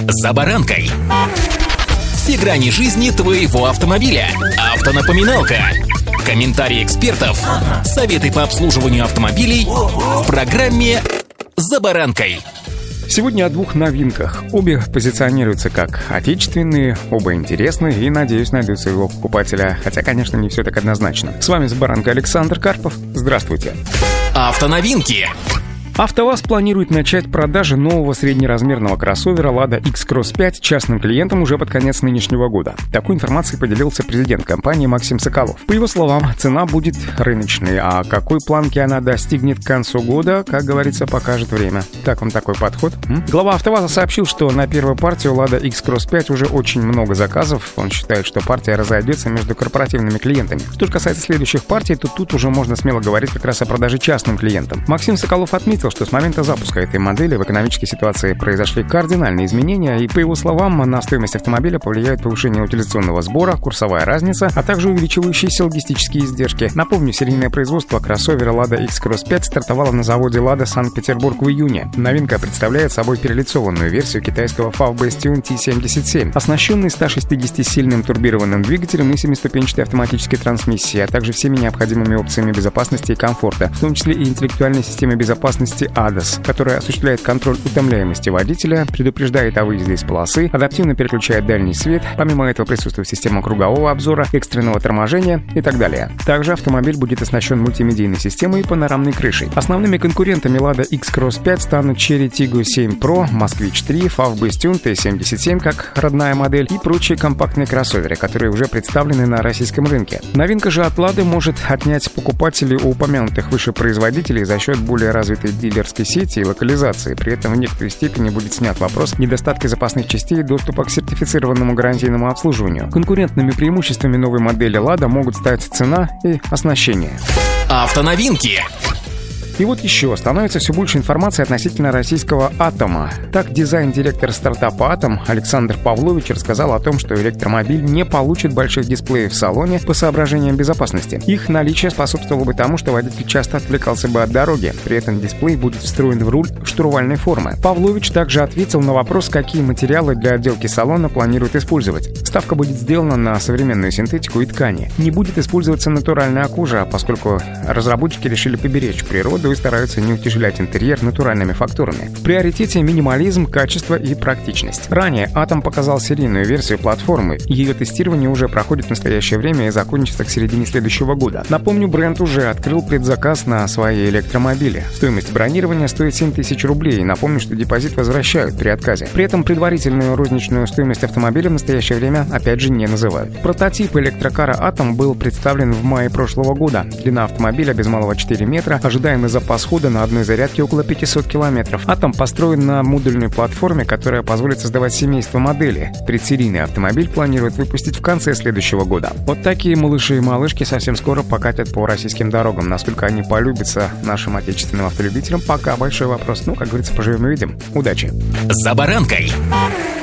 «За баранкой». Все грани жизни твоего автомобиля. Автонапоминалка. Комментарии экспертов. Советы по обслуживанию автомобилей в программе «За баранкой». Сегодня о двух новинках. Обе позиционируются как отечественные, оба интересны и, надеюсь, найдут своего покупателя. Хотя, конечно, не все так однозначно. С вами «За баранкой» Александр Карпов. Здравствуйте. Автоновинки. АвтоВАЗ планирует начать продажи нового среднеразмерного кроссовера Lada X-Cross 5 частным клиентам уже под конец нынешнего года. Такой информацией поделился президент компании Максим Соколов. По его словам, цена будет рыночной, а какой планки она достигнет к концу года, как говорится, покажет время. Так вам такой подход? Глава АвтоВАЗа сообщил, что на первую партию Lada X-Cross 5 уже очень много заказов. Он считает, что партия разойдется между корпоративными клиентами. Что же касается следующих партий, то тут уже можно смело говорить как раз о продаже частным клиентам. Максим Соколов отметил, что с момента запуска этой модели в экономической ситуации произошли кардинальные изменения, и, по его словам, на стоимость автомобиля повлияет повышение утилизационного сбора, курсовая разница, а также увеличивающиеся логистические издержки. Напомню, серийное производство кроссовера Lada X-Cross 5 стартовало на заводе Lada Санкт-Петербург в июне. Новинка представляет собой перелицованную версию китайского FAW Bastion T77, оснащенный 160-сильным турбированным двигателем и 7-ступенчатой автоматической трансмиссией, а также всеми необходимыми опциями безопасности и комфорта, в том числе и интеллектуальной системой безопасности ADAS, которая осуществляет контроль утомляемости водителя, предупреждает о выезде из полосы, адаптивно переключает дальний свет, помимо этого присутствует система кругового обзора, экстренного торможения и так далее. Также автомобиль будет оснащен мультимедийной системой и панорамной крышей. Основными конкурентами Lada X-Cross 5 станут Chery Tiggo 7 Pro, Moskvich 3, FAW Bastion T77 как родная модель и прочие компактные кроссоверы, которые уже представлены на российском рынке. Новинка же от Lada может отнять покупателей у упомянутых выше производителей за счет более развитой дилерской сети и локализации. При этом в некоторой степени будет снят вопрос недостатка запасных частей и доступа к сертифицированному гарантийному обслуживанию. Конкурентными преимуществами новой модели Lada могут стать цена и оснащение. Автоновинки. И вот еще становится все больше информации относительно российского «Атома». Так, дизайн-директор стартапа «Атом» Александр Павлович рассказал о том, что электромобиль не получит больших дисплеев в салоне по соображениям безопасности. Их наличие способствовало бы тому, что водитель часто отвлекался бы от дороги. При этом дисплей будет встроен в руль штурвальной формы. Павлович также ответил на вопрос, какие материалы для отделки салона планирует использовать. Ставка будет сделана на современную синтетику и ткани. Не будет использоваться натуральная кожа, поскольку разработчики решили поберечь природу и стараются не утяжелять интерьер натуральными фактурами. В приоритете минимализм, качество и практичность. Ранее Atom показал серийную версию платформы. Ее тестирование уже проходит в настоящее время и закончится к середине следующего года. Напомню, бренд уже открыл предзаказ на свои электромобили. Стоимость бронирования стоит 7 тысяч рублей. Напомню, что депозит возвращают при отказе. При этом предварительную розничную стоимость автомобиля в настоящее время опять же не называют. Прототип электрокара Atom был представлен в мае прошлого года. Длина автомобиля без малого 4 метра, ожидаемый запас хода на одной зарядке около 500 километров. Atom построен на модульной платформе, которая позволит создавать семейство моделей. Предсерийный автомобиль планируют выпустить в конце следующего года. Вот такие малыши и малышки совсем скоро покатят по российским дорогам. Насколько они полюбятся нашим отечественным автолюбителям, пока большой вопрос. Как говорится, поживем и видим. Удачи! За баранкой.